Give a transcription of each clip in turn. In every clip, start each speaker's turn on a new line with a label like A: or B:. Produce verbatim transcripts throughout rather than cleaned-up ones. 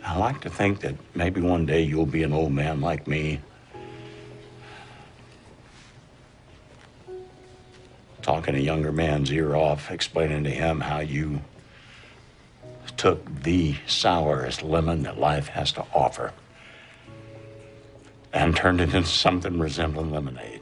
A: I like to think that maybe one day you'll be an old man like me, talking a younger man's ear off, explaining to him how you took the sourest lemon that life has to offer and turned it into something resembling lemonade.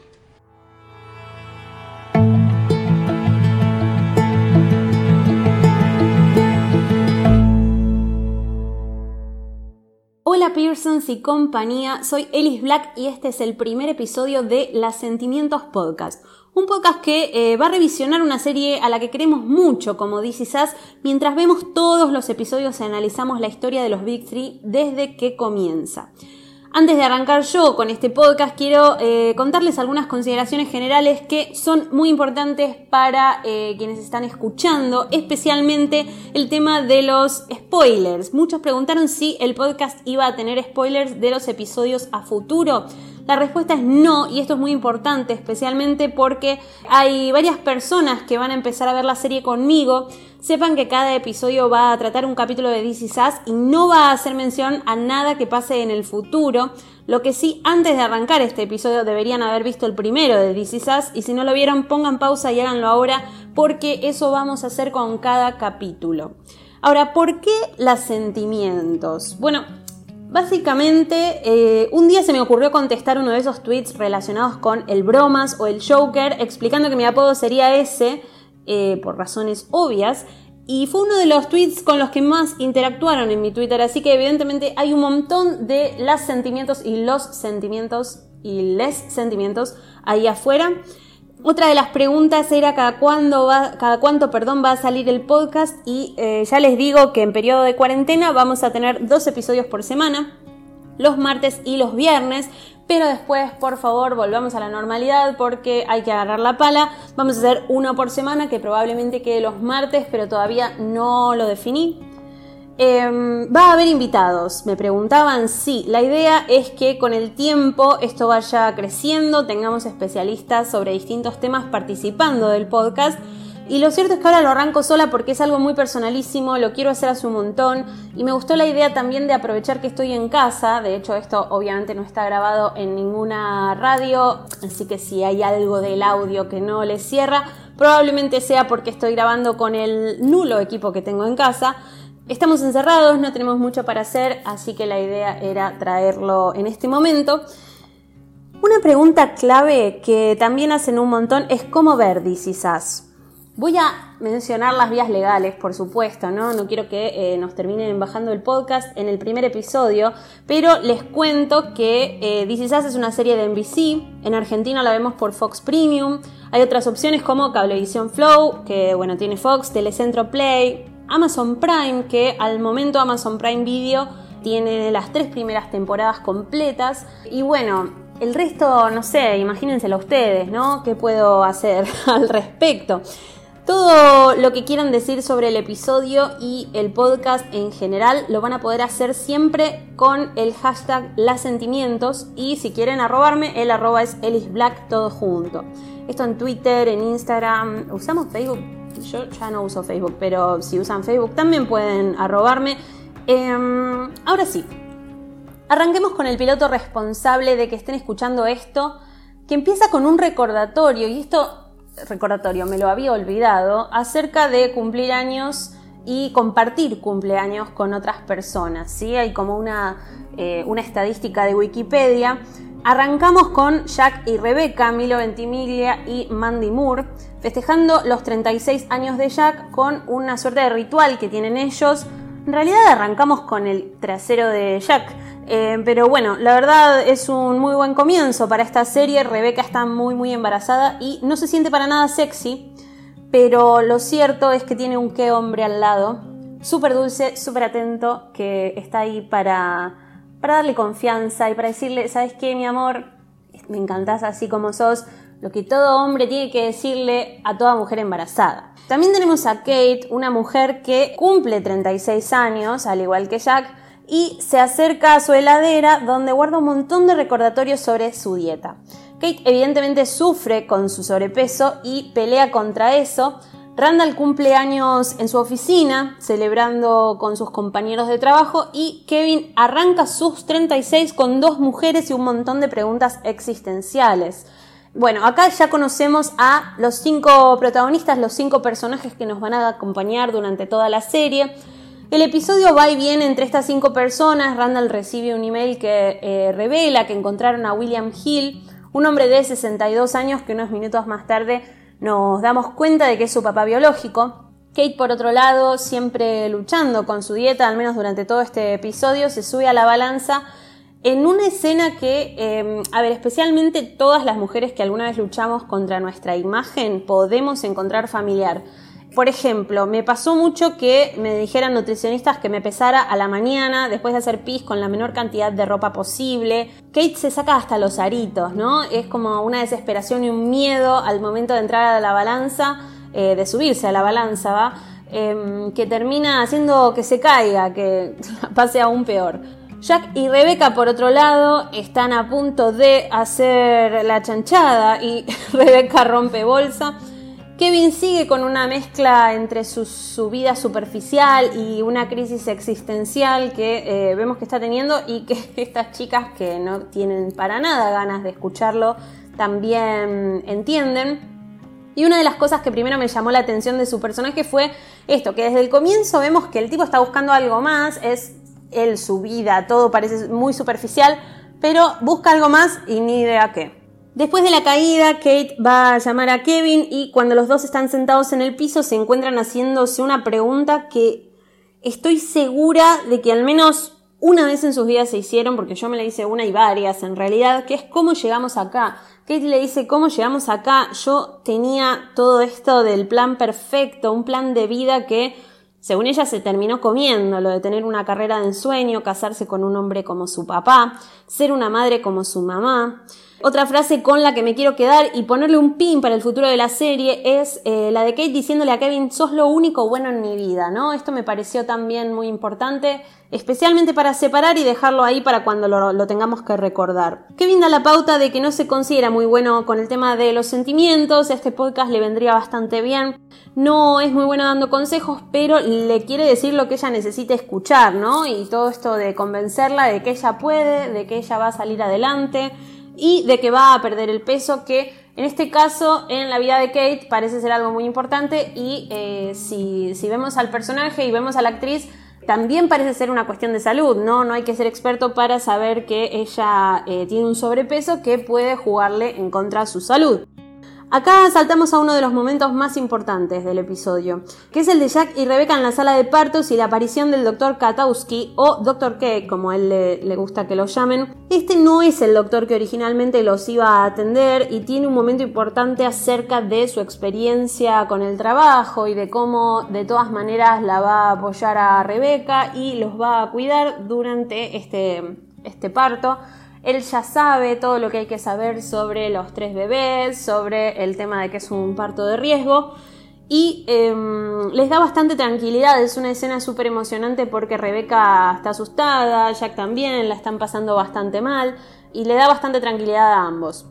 B: Hola Pearsons y compañía, soy Ellis Black y este es el primer episodio de Las Sentimientos Podcast. Un podcast que eh, va a revisionar una serie a la que queremos mucho como This Is Us, mientras vemos todos los episodios y analizamos la historia de los Big Three desde que comienza. Antes de arrancar yo con este podcast, quiero eh, contarles algunas consideraciones generales que son muy importantes para eh, quienes están escuchando, especialmente el tema de los spoilers. Muchos preguntaron si el podcast iba a tener spoilers de los episodios a futuro. La respuesta es no, y esto es muy importante, especialmente porque hay varias personas que van a empezar a ver la serie conmigo. Sepan que cada episodio va a tratar un capítulo de This Is Us y no va a hacer mención a nada que pase en el futuro. Lo que sí, antes de arrancar este episodio deberían haber visto el primero de This Is Us, y si no lo vieron, pongan pausa y háganlo ahora, porque eso vamos a hacer con cada capítulo. Ahora, ¿por qué los sentimientos? Bueno, básicamente, eh, un día se me ocurrió contestar uno de esos tweets relacionados con el bromas o el Joker, explicando que mi apodo sería ese, eh, por razones obvias, y fue uno de los tweets con los que más interactuaron en mi Twitter, así que evidentemente hay un montón de las sentimientos y los sentimientos y les sentimientos ahí afuera. Otra de las preguntas era cada cuándo va, cada cuánto, perdón, va a salir el podcast, y eh, ya les digo que en periodo de cuarentena vamos a tener dos episodios por semana, los martes y los viernes, pero después, por favor, volvamos a la normalidad porque hay que agarrar la pala. Vamos a hacer uno por semana, que probablemente quede los martes, pero todavía no lo definí. Eh, ¿Va a haber invitados? Me preguntaban. Sí, la idea es que con el tiempo esto vaya creciendo, tengamos especialistas sobre distintos temas participando del podcast, y lo cierto es que ahora lo arranco sola porque es algo muy personalísimo, lo quiero hacer hace un montón, y me gustó la idea también de aprovechar que estoy en casa. De hecho, esto obviamente no está grabado en ninguna radio, así que si hay algo del audio que no les cierra, probablemente sea porque estoy grabando con el nulo equipo que tengo en casa. Estamos encerrados, no tenemos mucho para hacer, así que la idea era traerlo en este momento. Una pregunta clave que también hacen un montón es cómo ver This Is Us. Voy a mencionar las vías legales, por supuesto, ¿no? No quiero que eh, nos terminen bajando el podcast en el primer episodio, pero les cuento que eh, This Is Us es una serie de N B C. En Argentina la vemos por Fox Premium. Hay otras opciones como Cablevisión Flow, que bueno, tiene Fox, Telecentro Play, Amazon Prime, que al momento Amazon Prime Video tiene las tres primeras temporadas completas. Y bueno, el resto, no sé, imagínenselo ustedes, ¿no? ¿Qué puedo hacer al respecto? Todo lo que quieran decir sobre el episodio y el podcast en general lo van a poder hacer siempre con el hashtag LasSentimientos, y si quieren arrobarme, el arroba es Ellis Black, todo junto. Esto en Twitter, en Instagram. ¿Usamos Facebook? Yo ya no uso Facebook, pero si usan Facebook también pueden arrobarme. Eh, ahora sí, arranquemos con el piloto responsable de que estén escuchando esto, que empieza con un recordatorio, y esto... recordatorio, me lo había olvidado, acerca de cumplir años y compartir cumpleaños con otras personas, ¿sí? Hay como una, eh, una estadística de Wikipedia. Arrancamos con Jack y Rebecca, Milo Ventimiglia y Mandy Moore, festejando los treinta y seis años de Jack con una suerte de ritual que tienen ellos. En realidad arrancamos con el trasero de Jack, eh, pero bueno, la verdad es un muy buen comienzo para esta serie. Rebecca está muy muy embarazada y no se siente para nada sexy, pero lo cierto es que tiene un qué hombre al lado, súper dulce, súper atento, que está ahí para, para darle confianza y para decirle, ¿sabes qué, mi amor? Me encantás así como sos, lo que todo hombre tiene que decirle a toda mujer embarazada. También tenemos a Kate, una mujer que cumple treinta y seis años, al igual que Jack, y se acerca a su heladera donde guarda un montón de recordatorios sobre su dieta. Kate evidentemente sufre con su sobrepeso y pelea contra eso. Randall cumple años en su oficina, celebrando con sus compañeros de trabajo, y Kevin arranca sus treinta y seis con dos mujeres y un montón de preguntas existenciales. Bueno, acá ya conocemos a los cinco protagonistas, los cinco personajes que nos van a acompañar durante toda la serie. El episodio va y viene entre estas cinco personas. Randall recibe un email que eh, revela que encontraron a William Hill, un hombre de sesenta y dos años que unos minutos más tarde nos damos cuenta de que es su papá biológico. Kate, por otro lado, siempre luchando con su dieta, al menos durante todo este episodio, se sube a la balanza en una escena que, eh, a ver, especialmente todas las mujeres que alguna vez luchamos contra nuestra imagen podemos encontrar familiar. Por ejemplo, me pasó mucho que me dijeran nutricionistas que me pesara a la mañana después de hacer pis con la menor cantidad de ropa posible. Kate se saca hasta los aritos, ¿no? Es como una desesperación y un miedo al momento de entrar a la balanza, eh, de subirse a la balanza, ¿va? Eh, que termina haciendo que se caiga, que pase aún peor. Jack y Rebecca, por otro lado, están a punto de hacer la chanchada y Rebecca rompe bolsa. Kevin sigue con una mezcla entre su, su vida superficial y una crisis existencial que eh, vemos que está teniendo, y que estas chicas que no tienen para nada ganas de escucharlo también entienden. Y una de las cosas que primero me llamó la atención de su personaje fue esto, que desde el comienzo vemos que el tipo está buscando algo más, es él, su vida, todo parece muy superficial, pero busca algo más y ni idea qué. Después de la caída, Kate va a llamar a Kevin y cuando los dos están sentados en el piso se encuentran haciéndose una pregunta que estoy segura de que al menos una vez en sus vidas se hicieron, porque yo me la hice una y varias en realidad, que es ¿cómo llegamos acá? Kate le dice, ¿cómo llegamos acá? Yo tenía todo esto del plan perfecto, un plan de vida que, según ella, se terminó comiendo, lo de tener una carrera de ensueño, casarse con un hombre como su papá, ser una madre como su mamá. Otra frase con la que me quiero quedar y ponerle un pin para el futuro de la serie es eh, la de Kate diciéndole a Kevin, sos lo único bueno en mi vida, ¿no? Esto me pareció también muy importante, especialmente para separar y dejarlo ahí para cuando lo, lo tengamos que recordar. Kevin da la pauta de que no se considera muy bueno con el tema de los sentimientos, este podcast le vendría bastante bien. No es muy bueno dando consejos, pero le quiere decir lo que ella necesita escuchar, ¿no? Y todo esto de convencerla de que ella puede, de que ella va a salir adelante y de que va a perder el peso, que en este caso en la vida de Kate parece ser algo muy importante, y eh, si, si vemos al personaje y vemos a la actriz, también parece ser una cuestión de salud, ¿no? No hay que ser experto para saber que ella eh, tiene un sobrepeso que puede jugarle en contra de su salud. Acá saltamos a uno de los momentos más importantes del episodio, que es el de Jack y Rebecca en la sala de partos y la aparición del doctor Katowski, o doctor K, como a él le, le gusta que lo llamen. Este no es el doctor que originalmente los iba a atender y tiene un momento importante acerca de su experiencia con el trabajo y de cómo de todas maneras la va a apoyar a Rebecca y los va a cuidar durante este, este parto. Él ya sabe todo lo que hay que saber sobre los tres bebés, sobre el tema de que es un parto de riesgo, y eh, les da bastante tranquilidad. Es una escena súper emocionante porque Rebecca está asustada, Jack también, la están pasando bastante mal, y le da bastante tranquilidad a ambos.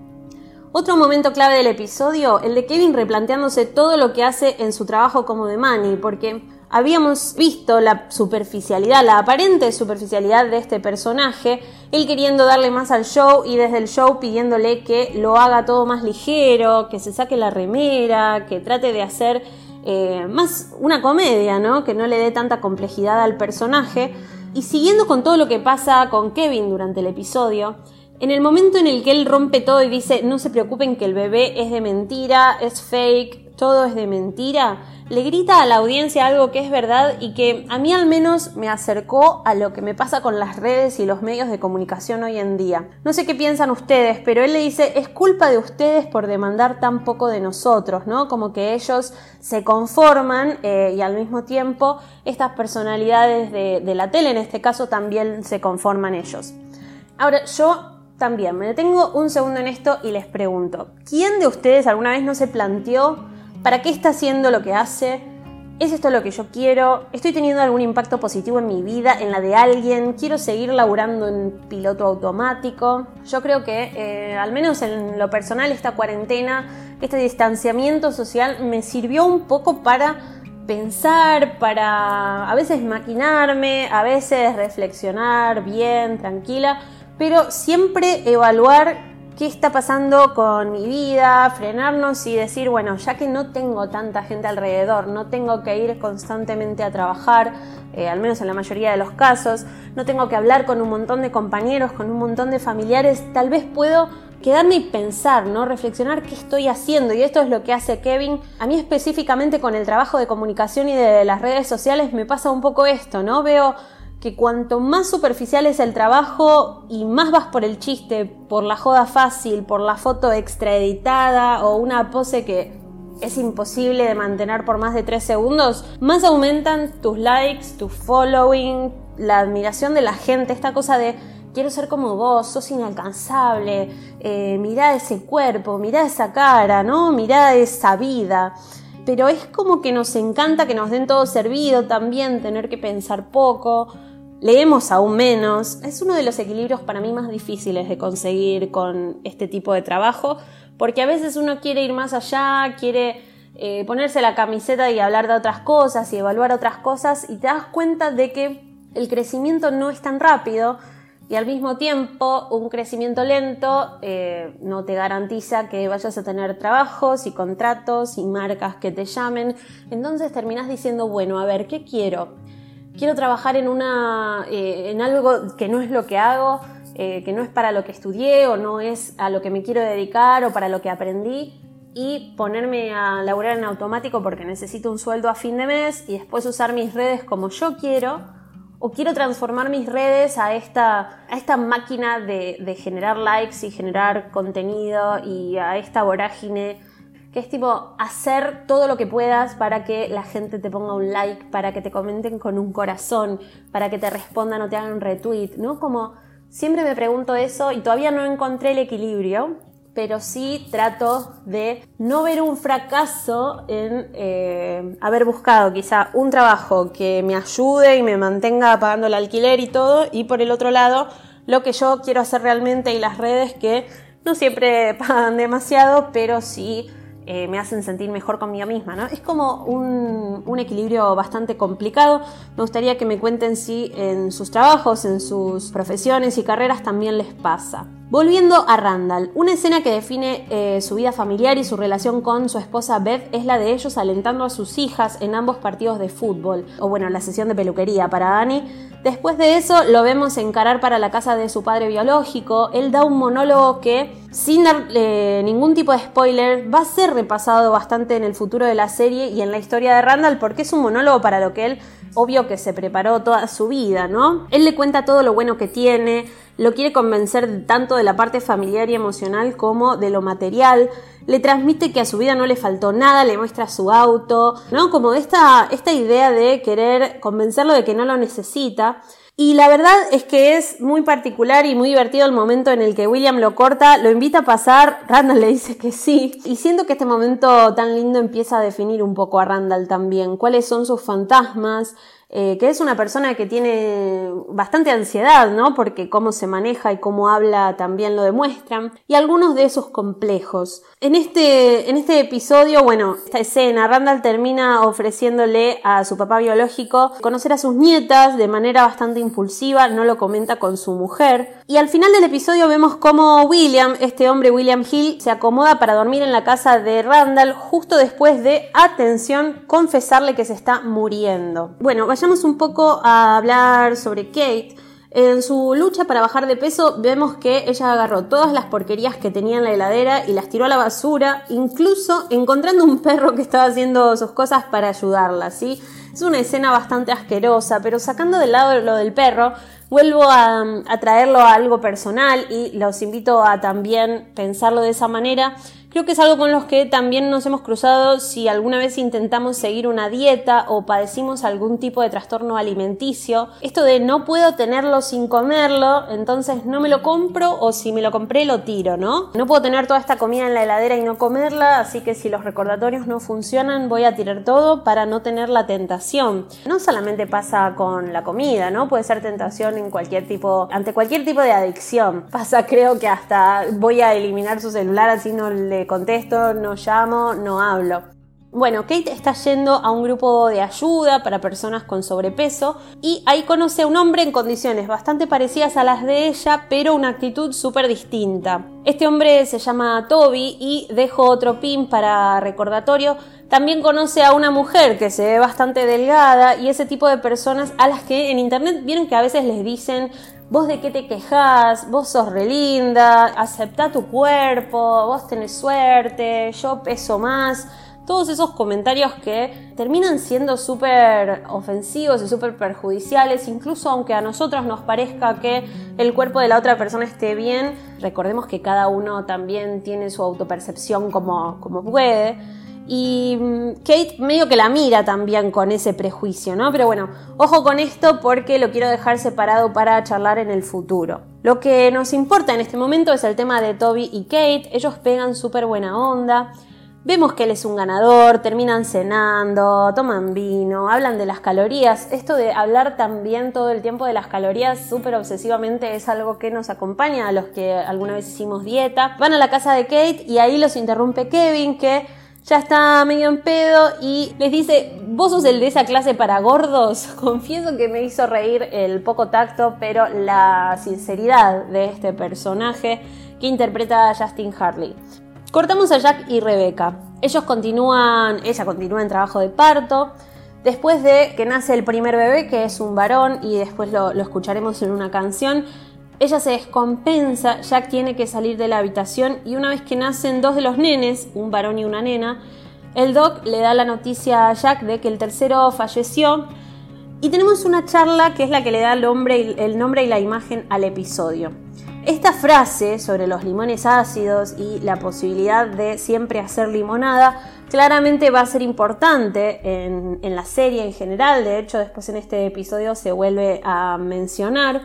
B: Otro momento clave del episodio, el de Kevin replanteándose todo lo que hace en su trabajo como de Manny, porque habíamos visto la superficialidad, la aparente superficialidad de este personaje, él queriendo darle más al show y desde el show pidiéndole que lo haga todo más ligero, que se saque la remera, que trate de hacer eh, más una comedia, ¿no? Que no le dé tanta complejidad al personaje. Y siguiendo con todo lo que pasa con Kevin durante el episodio, en el momento en el que él rompe todo y dice no se preocupen que el bebé es de mentira, es fake, todo es de mentira, le grita a la audiencia algo que es verdad y que a mí al menos me acercó a lo que me pasa con las redes y los medios de comunicación hoy en día. No sé qué piensan ustedes, pero él le dice, es culpa de ustedes por demandar tan poco de nosotros, ¿no? Como que ellos se conforman eh, y al mismo tiempo estas personalidades de, de la tele, en este caso, también se conforman ellos. Ahora, yo también me detengo un segundo en esto y les pregunto, ¿quién de ustedes alguna vez no se planteó para qué está haciendo lo que hace? ¿Es esto lo que yo quiero? ¿Estoy teniendo algún impacto positivo en mi vida, en la de alguien? ¿Quiero seguir laburando en piloto automático? Yo creo que, eh, al menos en lo personal, esta cuarentena este distanciamiento social me sirvió un poco para pensar, para a veces maquinarme, a veces reflexionar bien, tranquila, pero siempre evaluar qué está pasando con mi vida, frenarnos y decir, bueno, ya que no tengo tanta gente alrededor, no tengo que ir constantemente a trabajar, eh, al menos en la mayoría de los casos, no tengo que hablar con un montón de compañeros, con un montón de familiares, tal vez puedo quedarme y pensar, ¿no? Reflexionar qué estoy haciendo, y esto es lo que hace Kevin. A mí específicamente con el trabajo de comunicación y de las redes sociales me pasa un poco esto, ¿no? Veo que cuanto más superficial es el trabajo y más vas por el chiste, por la joda fácil, por la foto extra editada o una pose que es imposible de mantener por más de tres segundos, más aumentan tus likes, tu following, la admiración de la gente, esta cosa de quiero ser como vos, sos inalcanzable, eh, mirá ese cuerpo, mirá esa cara, ¿no? Mirá esa vida. Pero es como que nos encanta que nos den todo servido también, tener que pensar poco, leemos aún menos. Es uno de los equilibrios para mí más difíciles de conseguir con este tipo de trabajo, porque a veces uno quiere ir más allá, quiere eh, ponerse la camiseta y hablar de otras cosas y evaluar otras cosas, y te das cuenta de que el crecimiento no es tan rápido. Y al mismo tiempo, un crecimiento lento eh, no te garantiza que vayas a tener trabajos y contratos y marcas que te llamen. Entonces terminás diciendo, bueno, a ver, ¿qué quiero? Quiero trabajar en, una, eh, en algo que no es lo que hago, eh, que no es para lo que estudié o no es a lo que me quiero dedicar o para lo que aprendí, y ponerme a laburar en automático porque necesito un sueldo a fin de mes y después usar mis redes como yo quiero. O quiero transformar mis redes a esta, a esta máquina de, de generar likes y generar contenido, y a esta vorágine que es tipo hacer todo lo que puedas para que la gente te ponga un like, para que te comenten con un corazón, para que te respondan o te hagan retweet, ¿no? Como siempre me pregunto eso y todavía no encontré el equilibrio, pero sí trato de no ver un fracaso en eh, haber buscado quizá un trabajo que me ayude y me mantenga pagando el alquiler y todo, y por el otro lado lo que yo quiero hacer realmente y las redes que no siempre pagan demasiado, pero sí eh, me hacen sentir mejor conmigo misma, ¿no? Es como un, un equilibrio bastante complicado. Me gustaría que me cuenten si en sus trabajos, en sus profesiones y carreras también les pasa. Volviendo a Randall, una escena que define eh, su vida familiar y su relación con su esposa Beth es la de ellos alentando a sus hijas en ambos partidos de fútbol, o bueno, la sesión de peluquería para Annie. Después de eso lo vemos encarar para la casa de su padre biológico. Él da un monólogo que, sin dar eh, ningún tipo de spoiler, va a ser repasado bastante en el futuro de la serie y en la historia de Randall, porque es un monólogo para lo que él, obvio que se preparó toda su vida, ¿no? Él le cuenta todo lo bueno que tiene, lo quiere convencer tanto de la parte familiar y emocional como de lo material, le transmite que a su vida no le faltó nada, le muestra su auto, ¿no? Como esta, esta idea de querer convencerlo de que no lo necesita. Y la verdad es que es muy particular y muy divertido el momento en el que William lo corta, lo invita a pasar, Randall le dice que sí, y siento que este momento tan lindo empieza a definir un poco a Randall también, cuáles son sus fantasmas, eh, que es una persona que tiene bastante ansiedad, ¿no? Porque cómo se maneja y cómo habla también lo demuestran, y algunos de sus complejos. En este, en este episodio, bueno, esta escena, Randall termina ofreciéndole a su papá biológico conocer a sus nietas de manera bastante impulsiva, no lo comenta con su mujer, y al final del episodio vemos cómo William, este hombre William Hill, se acomoda para dormir en la casa de Randall justo después de, atención, confesarle que se está muriendo. Bueno, vayamos un poco a hablar sobre Kate. En su lucha para bajar de peso vemos que ella agarró todas las porquerías que tenía en la heladera y las tiró a la basura, incluso encontrando un perro que estaba haciendo sus cosas para ayudarla, ¿sí? Es una escena bastante asquerosa, pero sacando de lado lo del perro, vuelvo a, a traerlo a algo personal y los invito a también pensarlo de esa manera. Creo que es algo con los que también nos hemos cruzado si alguna vez intentamos seguir una dieta o padecimos algún tipo de trastorno alimenticio. Esto de no puedo tenerlo sin comerlo, entonces no me lo compro, o si me lo compré lo tiro, ¿no? No puedo tener toda esta comida en la heladera y no comerla, así que si los recordatorios no funcionan voy a tirar todo para no tener la tentación. No solamente pasa con la comida, ¿no? Puede ser tentación en cualquier tipo, ante cualquier tipo de adicción. Pasa, creo que hasta voy a eliminar su celular así no le te contesto, no llamo, no hablo. Bueno, Kate está yendo a un grupo de ayuda para personas con sobrepeso y ahí conoce a un hombre en condiciones bastante parecidas a las de ella, pero una actitud súper distinta. Este hombre se llama Toby y dejo otro pin para recordatorio. También conoce a una mujer que se ve bastante delgada y ese tipo de personas a las que en internet vieron que a veces les dicen: vos de qué te quejás, vos sos re linda, aceptá tu cuerpo, vos tenés suerte, yo peso más. Todos esos comentarios que terminan siendo súper ofensivos y súper perjudiciales, incluso aunque a nosotros nos parezca que el cuerpo de la otra persona esté bien, recordemos que cada uno también tiene su autopercepción como, como puede. Y Kate medio que la mira también con ese prejuicio, ¿no? Pero bueno, ojo con esto porque lo quiero dejar separado para charlar en el futuro. Lo que nos importa en este momento es el tema de Toby y Kate. Ellos pegan súper buena onda. Vemos que él es un ganador, terminan cenando, toman vino, hablan de las calorías. Esto de hablar también todo el tiempo de las calorías súper obsesivamente es algo que nos acompaña a los que alguna vez hicimos dieta. Van a la casa de Kate y ahí los interrumpe Kevin, que ya está medio en pedo y les dice: ¿vos sos el de esa clase para gordos? Confieso que me hizo reír el poco tacto, pero la sinceridad de este personaje que interpreta a Justin Hartley. Cortamos a Jack y Rebecca. Ellos continúan, ella continúa en trabajo de parto. Después de que nace el primer bebé, que es un varón, y después lo, lo escucharemos en una canción, ella se descompensa, Jack tiene que salir de la habitación y una vez que nacen dos de los nenes, un varón y una nena, el doc le da la noticia a Jack de que el tercero falleció y tenemos una charla que es la que le da el nombre y, el nombre y la imagen al episodio. Esta frase sobre los limones ácidos y la posibilidad de siempre hacer limonada claramente va a ser importante en, en la serie en general. De hecho, después en este episodio se vuelve a mencionar.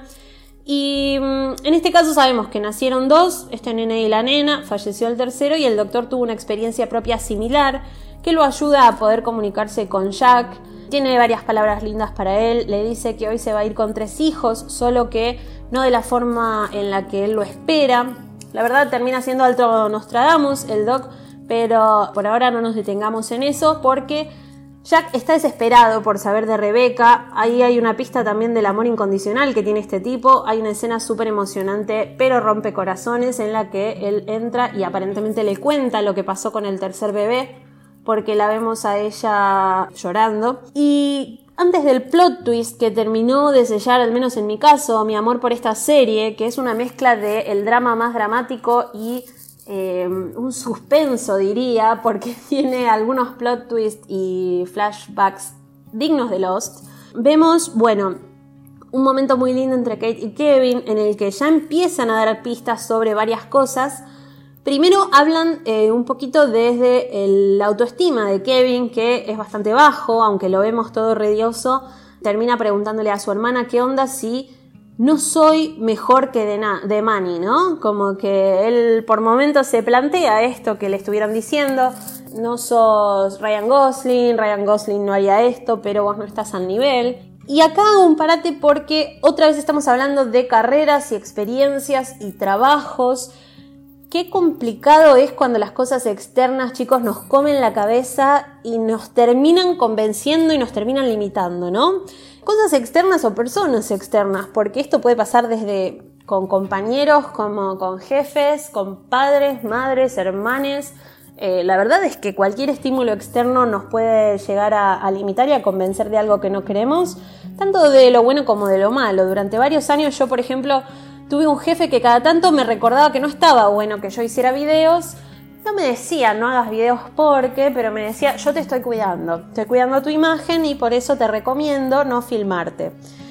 B: Y en este caso sabemos que nacieron dos, este nene y la nena, falleció el tercero y el doctor tuvo una experiencia propia similar que lo ayuda a poder comunicarse con Jack. Tiene varias palabras lindas para él, le dice que hoy se va a ir con tres hijos, solo que no de la forma en la que él lo espera. La verdad termina siendo alto Nostradamus el doc, pero por ahora no nos detengamos en eso porque Jack está desesperado por saber de Rebecca. Ahí hay una pista también del amor incondicional que tiene este tipo. Hay una escena súper emocionante, pero rompe corazones, en la que él entra y aparentemente le cuenta lo que pasó con el tercer bebé, porque la vemos a ella llorando. Y antes del plot twist que terminó de sellar, al menos en mi caso, mi amor por esta serie, que es una mezcla de el drama más dramático y Eh, un suspenso, diría, porque tiene algunos plot twists y flashbacks dignos de Lost. Vemos, bueno, un momento muy lindo entre Kate y Kevin en el que ya empiezan a dar pistas sobre varias cosas. Primero hablan eh, un poquito desde el, la autoestima de Kevin, que es bastante bajo, aunque lo vemos todo redioso. Termina preguntándole a su hermana qué onda si no soy mejor que de, na- de Manny, ¿no? Como que él por momentos se plantea esto que le estuvieron diciendo: no sos Ryan Gosling, Ryan Gosling no haría esto, pero vos no estás al nivel. Y acá un parate porque otra vez estamos hablando de carreras y experiencias y trabajos. Qué complicado es cuando las cosas externas, chicos, nos comen la cabeza y nos terminan convenciendo y nos terminan limitando, ¿no? Cosas externas o personas externas, porque esto puede pasar desde con compañeros, como con jefes, con padres, madres, hermanes. Eh, la verdad es que cualquier estímulo externo nos puede llegar a, a limitar y a convencer de algo que no queremos, tanto de lo bueno como de lo malo. Durante varios años yo, por ejemplo, tuve un jefe que cada tanto me recordaba que no estaba bueno que yo hiciera videos. No me decía, no hagas videos porque, pero me decía, yo te estoy cuidando. Estoy cuidando tu imagen y por eso te recomiendo no filmarte.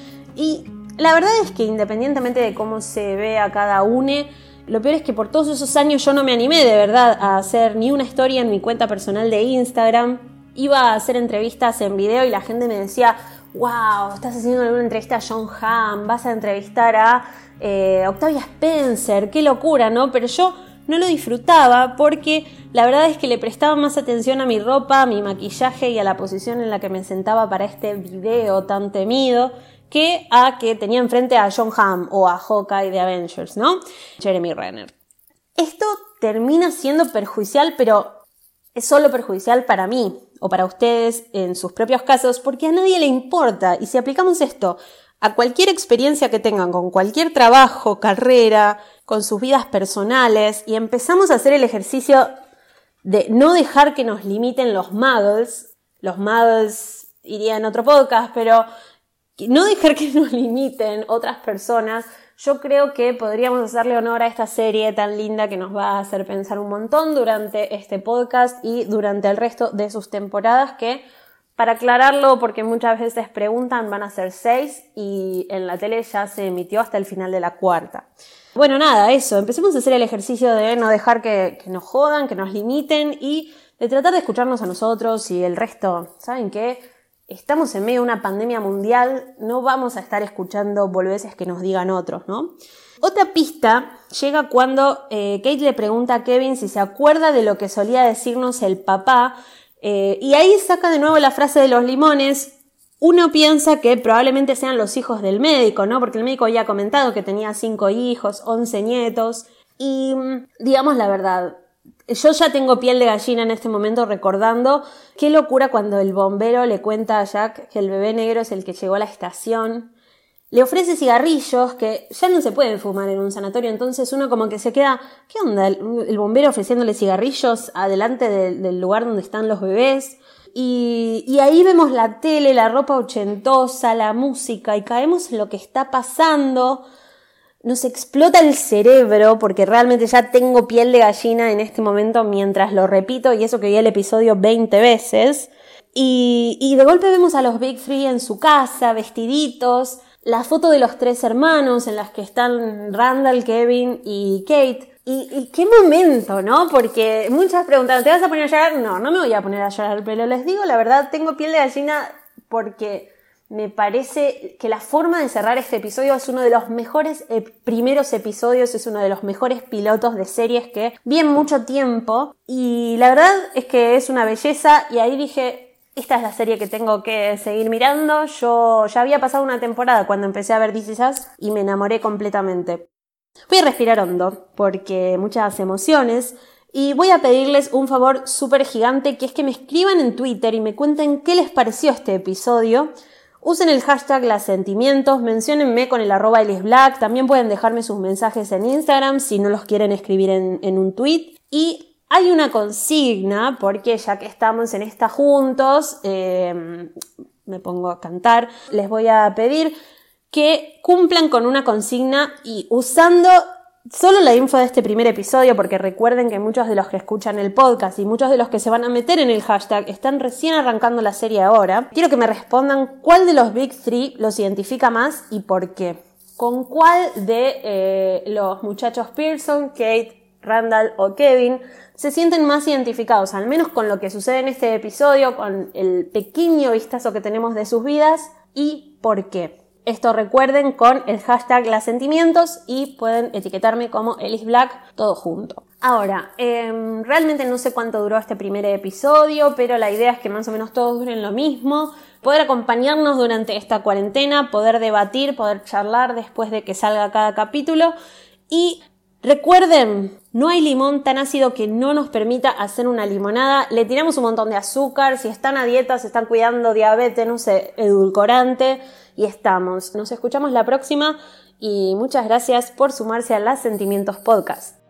B: Y la verdad es que independientemente de cómo se ve a cada uno, lo peor es que por todos esos años yo no me animé de verdad a hacer ni una historia en mi cuenta personal de Instagram. Iba a hacer entrevistas en video y la gente me decía: wow, estás haciendo una entrevista a Jon Hamm, vas a entrevistar a eh, Octavia Spencer, qué locura, ¿no? Pero yo no lo disfrutaba porque la verdad es que le prestaba más atención a mi ropa, a mi maquillaje y a la posición en la que me sentaba para este video tan temido, que a que tenía enfrente a Jon Hamm o a Hawkeye de Avengers, ¿no? Jeremy Renner. Esto termina siendo perjudicial, pero es solo perjudicial para mí o para ustedes en sus propios casos, porque a nadie le importa. Y si aplicamos esto a cualquier experiencia que tengan, con cualquier trabajo, carrera, con sus vidas personales, y empezamos a hacer el ejercicio de no dejar que nos limiten los muggles, los muggles iría en otro podcast, pero no dejar que nos limiten otras personas, yo creo que podríamos hacerle honor a esta serie tan linda que nos va a hacer pensar un montón durante este podcast y durante el resto de sus temporadas, que, para aclararlo, porque muchas veces preguntan, van a ser seis y en la tele ya se emitió hasta el final de la cuarta. Bueno, nada, eso, empecemos a hacer el ejercicio de no dejar que, que nos jodan, que nos limiten y de tratar de escucharnos a nosotros y el resto. ¿Saben qué? Estamos en medio de una pandemia mundial, no vamos a estar escuchando boludeces que nos digan otros, ¿no? Otra pista llega cuando eh, Kate le pregunta a Kevin si se acuerda de lo que solía decirnos el papá, eh, y ahí saca de nuevo la frase de los limones. Uno piensa que probablemente sean los hijos del médico, ¿no? Porque el médico había comentado que tenía cinco hijos, once nietos, y digamos la verdad, yo ya tengo piel de gallina en este momento recordando qué locura cuando el bombero le cuenta a Jack que el bebé negro es el que llegó a la estación. Le ofrece cigarrillos que ya no se pueden fumar en un sanatorio, entonces uno como que se queda, ¿qué onda? El, el bombero ofreciéndole cigarrillos adelante de, del lugar donde están los bebés. Y, y ahí vemos la tele, la ropa ochentosa, la música, y caemos en lo que está pasando. Nos explota el cerebro porque realmente ya tengo piel de gallina en este momento mientras lo repito, y eso que vi el episodio veinte veces. Y, y de golpe vemos a los Big Three en su casa, vestiditos, la foto de los tres hermanos en las que están Randall, Kevin y Kate. Y, y qué momento, ¿no? Porque muchas preguntan, ¿te vas a poner a llorar? No, no me voy a poner a llorar, pero les digo la verdad, tengo piel de gallina porque me parece que la forma de cerrar este episodio es uno de los mejores eh, primeros episodios, es uno de los mejores pilotos de series que vi en mucho tiempo, y la verdad es que es una belleza, y ahí dije, esta es la serie que tengo que seguir mirando. Yo ya había pasado una temporada cuando empecé a ver This Is Us y me enamoré completamente. Voy a respirar hondo porque muchas emociones. Y voy a pedirles un favor súper gigante, que es que me escriban en Twitter y me cuenten qué les pareció este episodio. Usen el hashtag lasentimientos, menciónenme con el arroba elisblack, también pueden dejarme sus mensajes en Instagram si no los quieren escribir en, en un tweet. Y hay una consigna, porque ya que estamos en esta juntos, eh, me pongo a cantar, les voy a pedir que cumplan con una consigna y usando solo la info de este primer episodio, porque recuerden que muchos de los que escuchan el podcast y muchos de los que se van a meter en el hashtag están recién arrancando la serie ahora. Quiero que me respondan cuál de los Big Three los identifica más y por qué. ¿Con cuál de eh, los muchachos Pearson, Kate, Randall o Kevin se sienten más identificados? Al menos con lo que sucede en este episodio, con el pequeño vistazo que tenemos de sus vidas, y por qué. Esto recuerden con el hashtag lasentimientos y pueden etiquetarme como elisblack, todo junto. Ahora, eh, realmente no sé cuánto duró este primer episodio, pero la idea es que más o menos todos duren lo mismo. Poder acompañarnos durante esta cuarentena, poder debatir, poder charlar después de que salga cada capítulo. Y recuerden, no hay limón tan ácido que no nos permita hacer una limonada. Le tiramos un montón de azúcar, si están a dieta, se están cuidando, diabetes, no sé, edulcorante, y estamos. Nos escuchamos la próxima y muchas gracias por sumarse a Las Sentimientos Podcast.